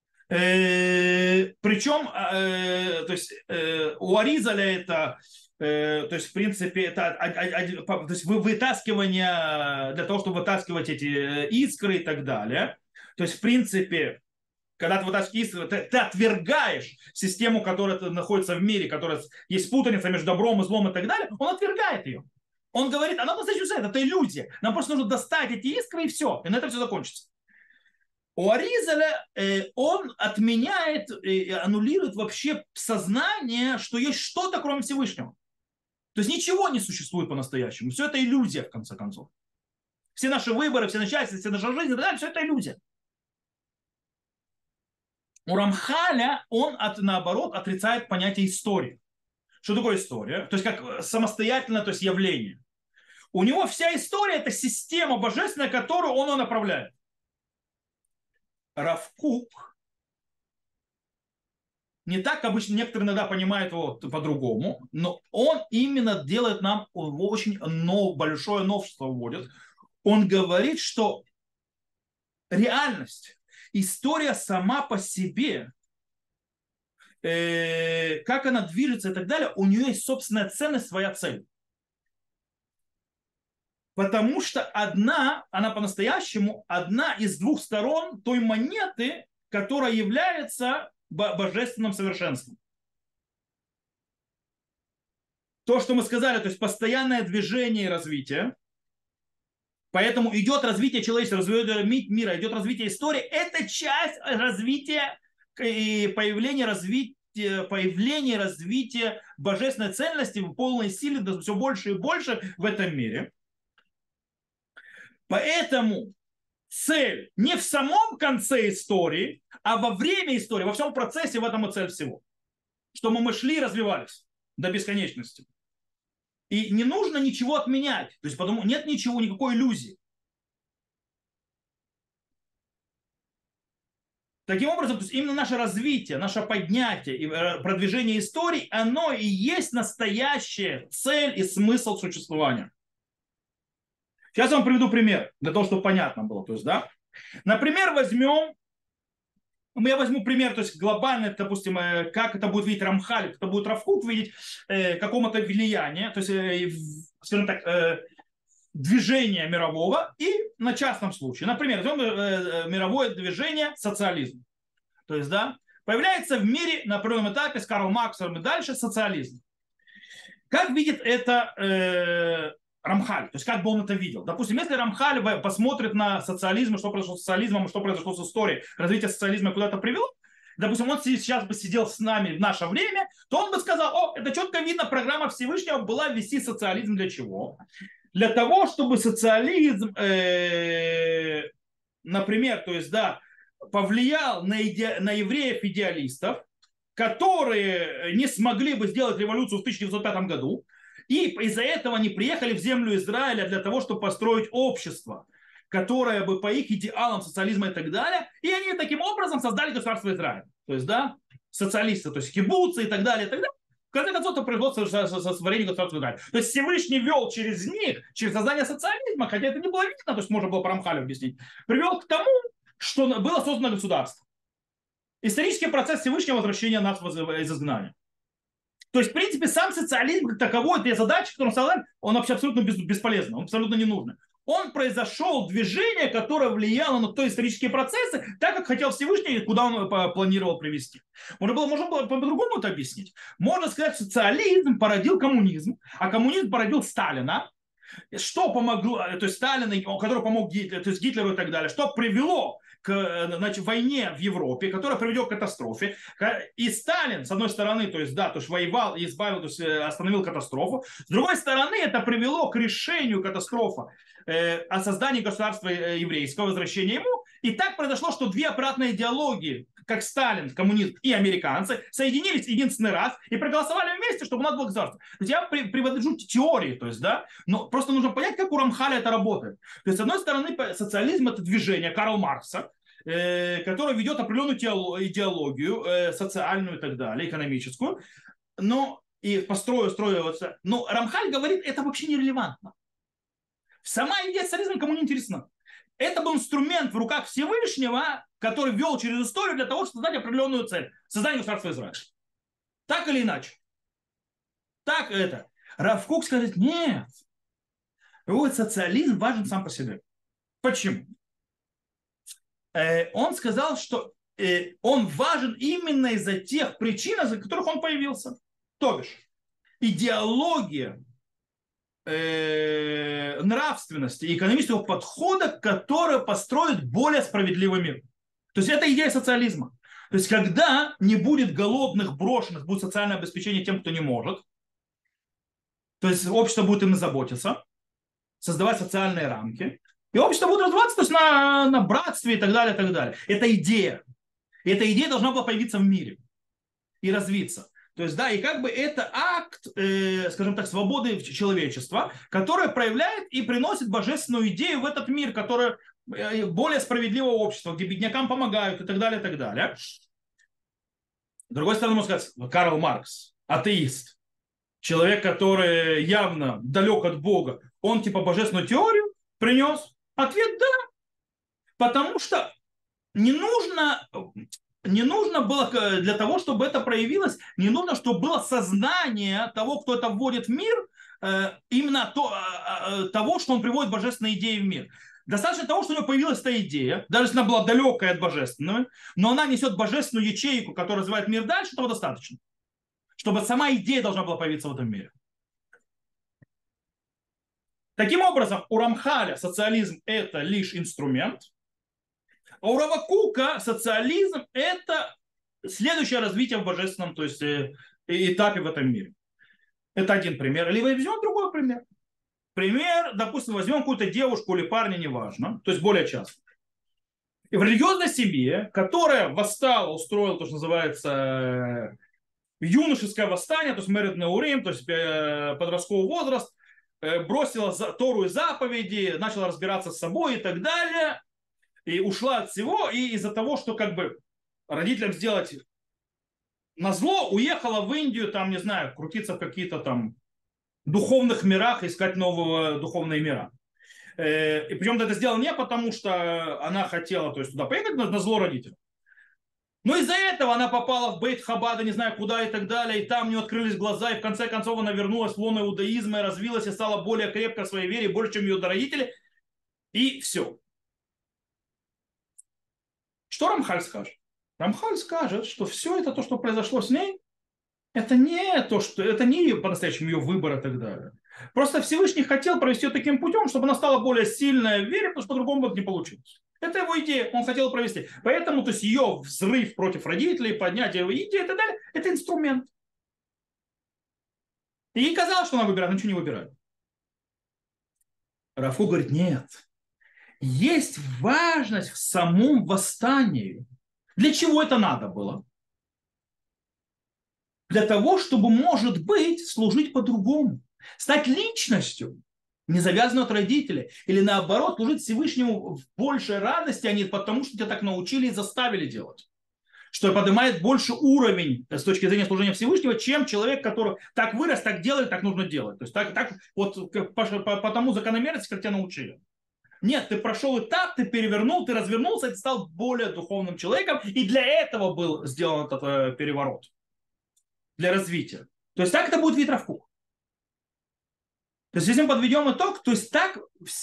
Причем, то есть у Аризаля это, то есть в принципе это то есть вытаскивание для того, чтобы вытаскивать эти искры и так далее. То есть в принципе когда ты вытаскиваешь искры, ты отвергаешь систему, которая находится в мире, которая есть путаница между добром и злом и так далее, он отвергает ее. Он говорит, она по-настоящему это иллюзия. Нам просто нужно достать эти искры и все. И на этом все закончится. У Аризаля он отменяет, аннулирует вообще сознание, что есть что-то, кроме Всевышнего. То есть ничего не существует по-настоящему. Все это иллюзия, в конце концов. Все наши выборы, все начальства, все наша жизнь, и так далее, все это иллюзия. У Рамхаля он, наоборот, отрицает понятие истории. Что такое история? То есть как самостоятельное, то есть явление. У него вся история – это система божественная, которую он направляет. Рав Кук не так, обычно некоторые иногда понимают его по-другому, но он именно делает нам очень большое новшество вводит. Он говорит, что реальность, история сама по себе, как она движется и так далее, у нее есть собственная ценность, своя цель. Потому что она по-настоящему одна из двух сторон той монеты, которая является божественным совершенством. То, что мы сказали, то есть постоянное движение и развитие, поэтому идет развитие человечества, развитие мира, идет развитие истории, это часть развития и появления развития божественной ценности в полной силе, все больше и больше в этом мире. Поэтому цель не в самом конце истории, а во время истории, во всем процессе, в этом и цель всего. Чтобы мы шли и развивались до бесконечности. И не нужно ничего отменять. То есть потому нет ничего, никакой иллюзии. Таким образом, то есть именно наше развитие, наше поднятие и продвижение истории, оно и есть настоящая цель и смысл существования. Сейчас я вам приведу пример, для того, чтобы понятно было. То есть, да? Например, я возьму пример, то есть глобально, допустим, как это будет видеть Рамхаль, как это будет Рав Кук видеть какому-то влияния, то есть, скажем так, движения мирового и на частном случае. Например, возьмем мировое движение социализм. То есть, да, появляется в мире на первом этапе с Карлом Марксом и дальше социализм. Как видит это Рамхаль, то есть как бы он это видел. Допустим, если Рамхаль посмотрит на социализм, что произошло с социализмом, что произошло с историей, развитие социализма куда-то привело, допустим, он сейчас бы сидел с нами в наше время, то он бы сказал, это четко видно, программа Всевышнего была ввести социализм для чего? Для того, чтобы социализм, например, то есть, да, повлиял на евреев-идеалистов, которые не смогли бы сделать революцию в 1905 году, и из-за этого они приехали в землю Израиля для того, чтобы построить общество, которое бы по их идеалам социализма и так далее, и они таким образом создали государство Израиля. То есть, да, социалисты, то есть кибуцы и так далее, и так далее. В конце концов, это произошло сотворение государства Израиля. То есть Всевышний вел через них, через создание социализма, хотя это не было видно, то есть можно было по Рамхалю объяснить, привел к тому, что было создано государство. Исторический процесс Всевышнего возвращения нас из изгнания. То есть, в принципе, сам социализм как таковой, те задачи, которые он создал, он вообще абсолютно бесполезен, он абсолютно не нужен. Он произошел движение, которое влияло на то исторические процессы, так как хотел Всевышний, куда он планировал привести. Можно было по-другому это объяснить. Можно сказать, что социализм породил коммунизм, а коммунизм породил Сталина, что помогло, то есть Сталин, который помог Гитлеру, то есть Гитлеру и так далее, что привело к войне в Европе, которая приведет к катастрофе. И Сталин, с одной стороны, то есть, да, то есть воевал и избавил, то есть остановил катастрофу. С другой стороны, это привело к решению катастрофы о создании государства еврейского, возвращения ему. И так произошло, что две обратные идеологии, как Сталин, коммунизм и американцы, соединились единственный раз и проголосовали вместе, чтобы у нас было государство. То есть я привожу теории, то есть, да, но просто нужно понять, как у Рамхаля это работает. То есть, с одной стороны, социализм – это движение Карла Маркса, которое ведет определенную идеологию, социальную и так далее, экономическую, но и строится. Но Рамхаль говорит, это вообще нерелевантно. Сама идея социализма никому не интересна. Это был инструмент в руках Всевышнего, который вел через историю для того, чтобы создать определенную цель. Создание государства Израиля. Так или иначе. Так это. Рав Кук скажет, нет. Вот социализм важен сам по себе. Почему? Он сказал, что он важен именно из-за тех причин, из-за которых он появился. То бишь, идеология нравственности и экономического подхода, который построит более справедливый мир. То есть это идея социализма. То есть когда не будет голодных, брошенных, будет социальное обеспечение тем, кто не может, то есть общество будет им заботиться, создавать социальные рамки, и общество будет развиваться, то есть на братстве и так далее, и так далее. Это идея. И эта идея должна была появиться в мире и развиться. То есть, да, и как бы это акт, скажем так, свободы человечества, которое проявляет и приносит божественную идею в этот мир, который более справедливого общества, где беднякам помогают и так далее, и так далее. С другой стороны, можно сказать, Карл Маркс, атеист, человек, который явно далек от Бога, он типа божественную теорию принес? Ответ да. Потому что не нужно было для того, чтобы это проявилось, не нужно, чтобы было сознание того, кто это вводит в мир, именно того, что он приводит божественные идеи в мир. Достаточно того, что у него появилась эта идея, даже если она была далекая от божественного, но она несет божественную ячейку, которая развивает мир дальше, этого достаточно. Чтобы сама идея должна была появиться в этом мире. Таким образом, у Рамхаля социализм – это лишь инструмент, а у Рава Кука социализм – это следующее развитие в божественном, то есть этапе в этом мире. Это один пример. Или возьмем другой пример. Пример, допустим, возьмем какую-то девушку или парня, неважно, то есть более часто. И в религиозной семье, которая восстала, устроила то, что называется юношеское восстание, то есть Мерит Неурим, то есть подростковый возраст, бросила Тору и заповеди, начала разбираться с собой и так далее, и ушла от всего, и из-за того, что как бы родителям сделать назло, уехала в Индию, там, не знаю, крутиться в какие-то там духовных мирах, искать новые духовные мира. И причем это сделала не потому, что она хотела, то есть туда поехать на зло родителям. Но из-за этого она попала в Бейт Хабада, не знаю куда и так далее, и там у нее открылись глаза, и в конце концов она вернулась в лоно иудаизма, и развилась, и стала более крепко в своей вере, больше, чем ее родители, и все. Что Рамхаль скажет? Рамхаль скажет, что все это то, что произошло с ней, это не то, что это не ее по-настоящему ее выбор и так далее. Просто Всевышний хотел провести ее таким путем, чтобы она стала более сильной в вере, потому что по-другому бы не получилось. Это его идея, он хотел провести. Поэтому то есть ее взрыв против родителей, поднятие его идеи и так далее, это инструмент. И ей казалось, что она выбирает, но ничего не выбирает. Рафу говорит, нет. Есть важность в самом восстании. Для чего это надо было? Для того, чтобы, может быть, служить по-другому. Стать личностью, не завязанной от родителей. Или наоборот, служить Всевышнему в большей радости, а не потому, что тебя так научили и заставили делать. Что поднимает больше уровень с точки зрения служения Всевышнего, чем человек, который так вырос, так делает, так нужно делать. То есть так вот по тому закономерности, как тебя научили. Нет, ты прошел этап, ты перевернул, ты развернулся, и ты стал более духовным человеком, и для этого был сделан этот переворот. Для развития. То есть так это будет вид Рав Кука. То есть если мы подведем итог, то есть так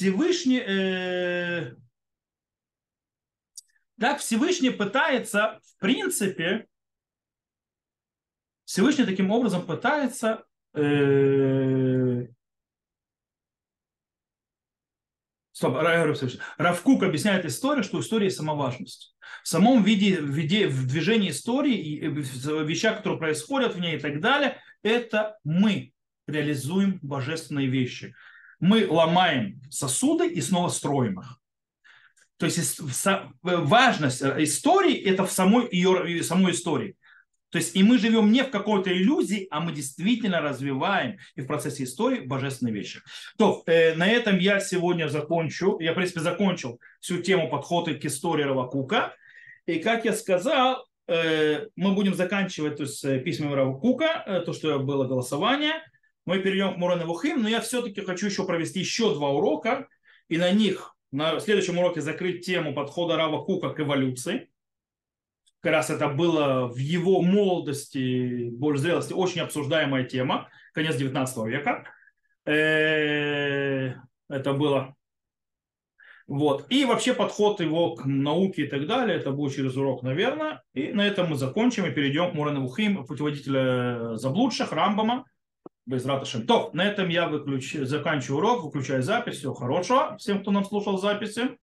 Всевышний пытается, в принципе, Всевышний таким образом пытается Рав Кук объясняет историю, что история есть самоважность. В самом виде, в движении истории и в вещах, которые происходят в ней и так далее, это мы реализуем божественные вещи. Мы ломаем сосуды и снова строим их. То есть важность истории – это в самой истории. То есть и мы живем не в какой-то иллюзии, а мы действительно развиваем и в процессе истории божественные вещи. То, на этом я сегодня закончу. Я, в принципе, закончил всю тему подхода к истории Рава Кука. И, как я сказал, мы будем заканчивать то есть, письмами Рава Кука, то, что было голосование. Мы перейдем к Морэ Невухим, но я все-таки хочу еще провести еще 2 урока, и на них на следующем уроке закрыть тему подхода Рава Кука к эволюции. Как раз это было в его молодости, больше зрелости, очень обсуждаемая тема, конец 19 века. Это было. Вот. И вообще подход его к науке и так далее, это будет через урок, наверное. И на этом мы закончим и перейдем к Морэ Невухим, путеводителя заблудших, Рамбама. Безрат Ашем. То, на этом я заканчиваю урок, выключаю запись. Всего хорошего всем, кто нам слушал записи.